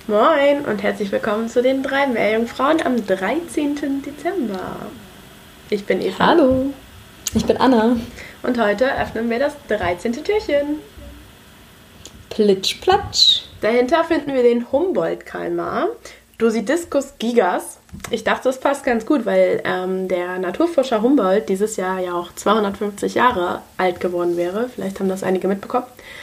Moin und herzlich willkommen zu den 3 Meerjungfrauen am 13. Dezember. Ich bin Eva. Hallo, ich bin Anna. Und heute öffnen wir das 13. Türchen. Plitsch, platsch. Dahinter finden wir den Humboldt-Kalmar, Dosidiscus gigas. Ich dachte, das passt ganz gut, weil der Naturforscher Humboldt dieses Jahr ja auch 250 Jahre alt geworden wäre. Vielleicht haben das einige mitbekommen.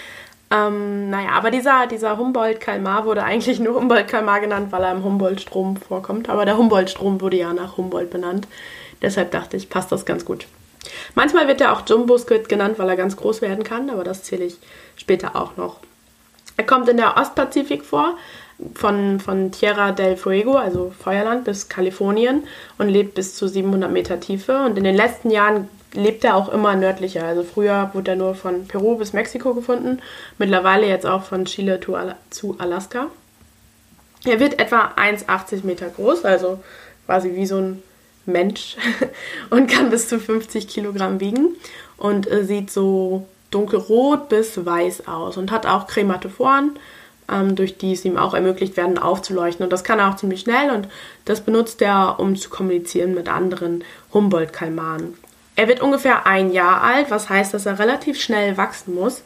Aber dieser Humboldt-Kalmar wurde eigentlich nur Humboldt-Kalmar genannt, weil er im Humboldt-Strom vorkommt. Aber der Humboldt-Strom wurde ja nach Humboldt benannt. Deshalb dachte ich, passt das ganz gut. Manchmal wird er auch Jumbo Squid genannt, weil er ganz groß werden kann, aber das zähle ich später auch noch. Er kommt in der Ostpazifik vor, von Tierra del Fuego, also Feuerland, bis Kalifornien und lebt bis zu 700 Meter Tiefe. Und in den letzten Jahren lebt er auch immer nördlicher. Also früher wurde er nur von Peru bis Mexiko gefunden, mittlerweile jetzt auch von Chile zu Alaska. Er wird etwa 1,80 Meter groß, also quasi wie so ein Mensch und kann bis zu 50 Kilogramm wiegen und sieht so dunkelrot bis weiß aus und hat auch Chromatophore, durch die es ihm auch ermöglicht werden, aufzuleuchten. Und das kann er auch ziemlich schnell und das benutzt er, um zu kommunizieren mit anderen Humboldt-Kalmaren. Er wird ungefähr 1 Jahr alt, was heißt, dass er relativ schnell wachsen muss.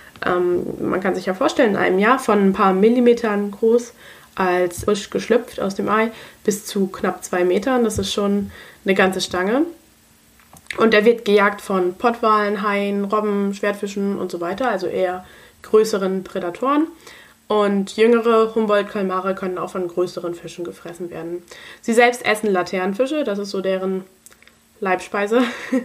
Man kann sich ja vorstellen, in einem Jahr von ein paar Millimetern groß als frisch geschlüpft aus dem Ei bis zu knapp 2 Metern. Das ist schon eine ganze Stange. Und er wird gejagt von Pottwalen, Haien, Robben, Schwertfischen und so weiter, also eher größeren Prädatoren. Und jüngere Humboldt-Kalmare können auch von größeren Fischen gefressen werden. Sie selbst essen Laternenfische, das ist so deren Leibspeise,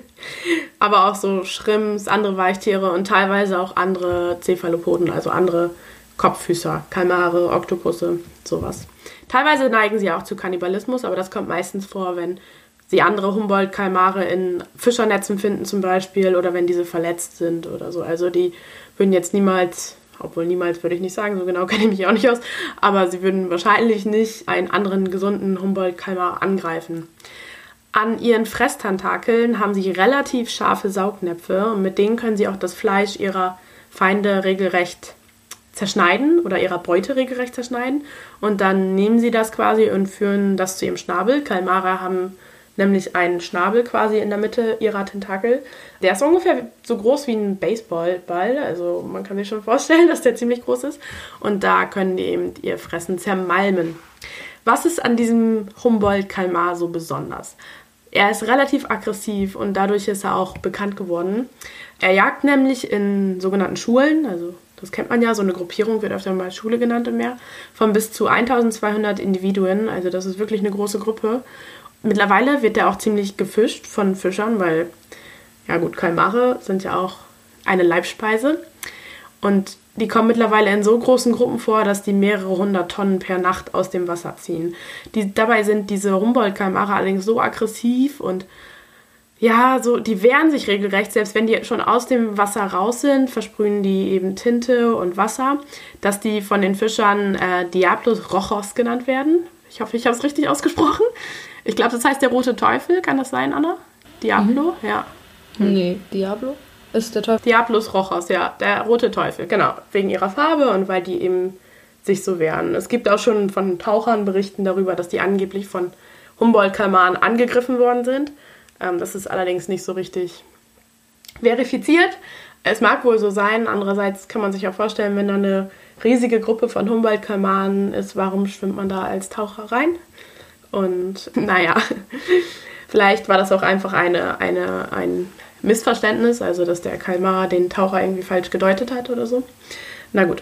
aber auch so Shrimps, andere Weichtiere und teilweise auch andere Cephalopoden, also andere Kopffüßer, Kalmare, Oktopusse, sowas. Teilweise neigen sie auch zu Kannibalismus, aber das kommt meistens vor, wenn sie andere Humboldt-Kalmare in Fischernetzen finden zum Beispiel oder wenn diese verletzt sind oder so. Also die würden jetzt niemals, obwohl niemals würde ich nicht sagen, so genau kenne ich mich auch nicht aus, aber sie würden wahrscheinlich nicht einen anderen gesunden Humboldt-Kalmar angreifen. An ihren Fresstentakeln haben sie relativ scharfe Saugnäpfe und mit denen können sie auch das Fleisch ihrer Feinde regelrecht zerschneiden oder ihrer Beute regelrecht zerschneiden und dann nehmen sie das quasi und führen das zu ihrem Schnabel. Kalmare haben nämlich einen Schnabel quasi in der Mitte ihrer Tentakel. Der ist ungefähr so groß wie ein Baseballball, also man kann sich schon vorstellen, dass der ziemlich groß ist und da können die eben ihr Fressen zermalmen. Was ist an diesem Humboldt-Kalmar so besonders? Er ist relativ aggressiv und dadurch ist er auch bekannt geworden. Er jagt nämlich in sogenannten Schulen, also das kennt man ja, so eine Gruppierung wird öfter mal Schule genannt im Meer, von bis zu 1200 Individuen, also das ist wirklich eine große Gruppe. Mittlerweile wird er auch ziemlich gefischt von Fischern, weil, ja gut, Kalmare sind ja auch eine Leibspeise und die kommen mittlerweile in so großen Gruppen vor, dass die mehrere 100 Tonnen per Nacht aus dem Wasser ziehen. Dabei sind diese Humboldt-Kalmare allerdings so aggressiv und ja, so, die wehren sich regelrecht, selbst wenn die schon aus dem Wasser raus sind, versprühen die eben Tinte und Wasser, dass die von den Fischern Diablos rojos genannt werden. Ich hoffe, ich habe es richtig ausgesprochen. Ich glaube, das heißt der rote Teufel. Kann das sein, Anna? Diablo? Ja. Nee, Diablo ist der Teufel. Diablos rojos, ja, der rote Teufel, genau. Wegen ihrer Farbe und weil die eben sich so wehren. Es gibt auch schon von Tauchern Berichten darüber, dass die angeblich von Humboldt-Kalmaren angegriffen worden sind. Das ist allerdings nicht so richtig verifiziert. Es mag wohl so sein. Andererseits kann man sich auch vorstellen, wenn da eine riesige Gruppe von Humboldt-Kalmaren ist, warum schwimmt man da als Taucher rein? Und naja, vielleicht war das auch einfach ein Missverständnis, also dass der Kalmar den Taucher irgendwie falsch gedeutet hat oder so. Na gut.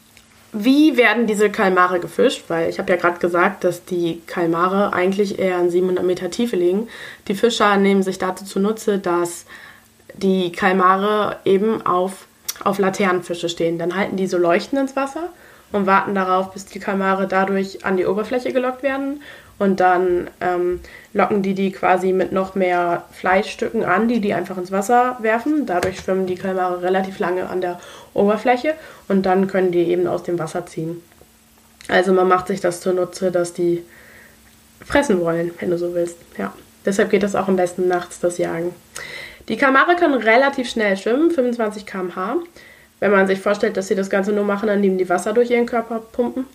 Wie werden diese Kalmare gefischt? Weil ich habe ja gerade gesagt, dass die Kalmare eigentlich eher in 700 Meter Tiefe liegen. Die Fischer nehmen sich dazu zunutze, dass die Kalmare eben auf Laternenfische stehen. Dann halten die so Leuchten ins Wasser und warten darauf, bis die Kalmare dadurch an die Oberfläche gelockt werden. Und dann locken die quasi mit noch mehr Fleischstücken an, die einfach ins Wasser werfen. Dadurch schwimmen die Kalmare relativ lange an der Oberfläche und dann können die eben aus dem Wasser ziehen. Also man macht sich das zunutze, dass die fressen wollen, wenn du so willst. Ja, deshalb geht das auch am besten nachts, das Jagen. Die Kalmare können relativ schnell schwimmen, 25 km/h. Wenn man sich vorstellt, dass sie das Ganze nur machen, indem die Wasser durch ihren Körper pumpen.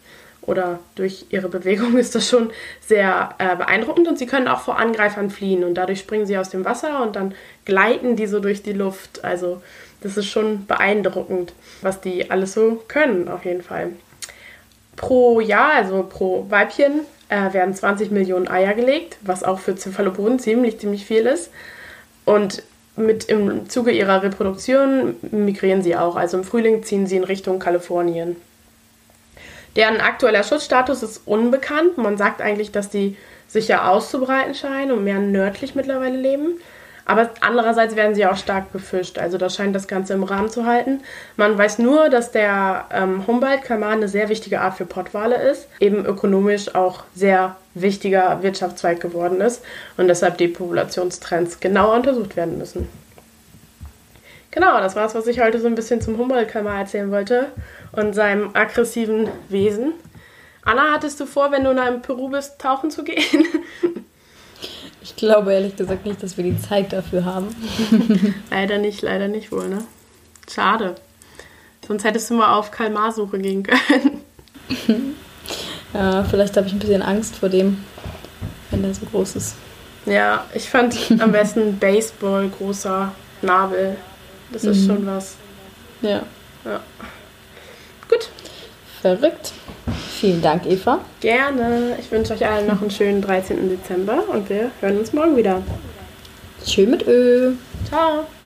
oder durch ihre Bewegung ist das schon sehr beeindruckend. Und sie können auch vor Angreifern fliehen. Und dadurch springen sie aus dem Wasser und dann gleiten die so durch die Luft. Also das ist schon beeindruckend, was die alles so können, auf jeden Fall. Pro Jahr, also pro Weibchen, werden 20 Millionen Eier gelegt, was auch für Cephalopoden ziemlich viel ist. Und im Zuge ihrer Reproduktion migrieren sie auch. Also im Frühling ziehen sie in Richtung Kalifornien. Deren aktueller Schutzstatus ist unbekannt. Man sagt eigentlich, dass die sich ja auszubreiten scheinen und mehr nördlich mittlerweile leben. Aber andererseits werden sie auch stark befischt. Also das scheint das Ganze im Rahmen zu halten. Man weiß nur, dass der Humboldt-Kalmar eine sehr wichtige Art für Pottwale ist. Eben ökonomisch auch sehr wichtiger Wirtschaftszweig geworden ist. Und deshalb die Populationstrends genauer untersucht werden müssen. Genau, das war's, was ich heute so ein bisschen zum Humboldt-Kalmar erzählen wollte. Und seinem aggressiven Wesen. Anna, hattest du vor, wenn du in Peru bist, tauchen zu gehen? Ich glaube ehrlich gesagt nicht, dass wir die Zeit dafür haben. Leider nicht wohl, ne? Schade. Sonst hättest du mal auf Kalmarsuche gehen können. Ja, vielleicht habe ich ein bisschen Angst vor dem, wenn der so groß ist. Ja, ich fand am besten Baseball, großer Nabel. Das ist schon was. Ja. Gut. Verrückt. Vielen Dank, Eva. Gerne. Ich wünsche euch allen noch einen schönen 13. Dezember und wir hören uns morgen wieder. Tschö mit Ö. Ciao.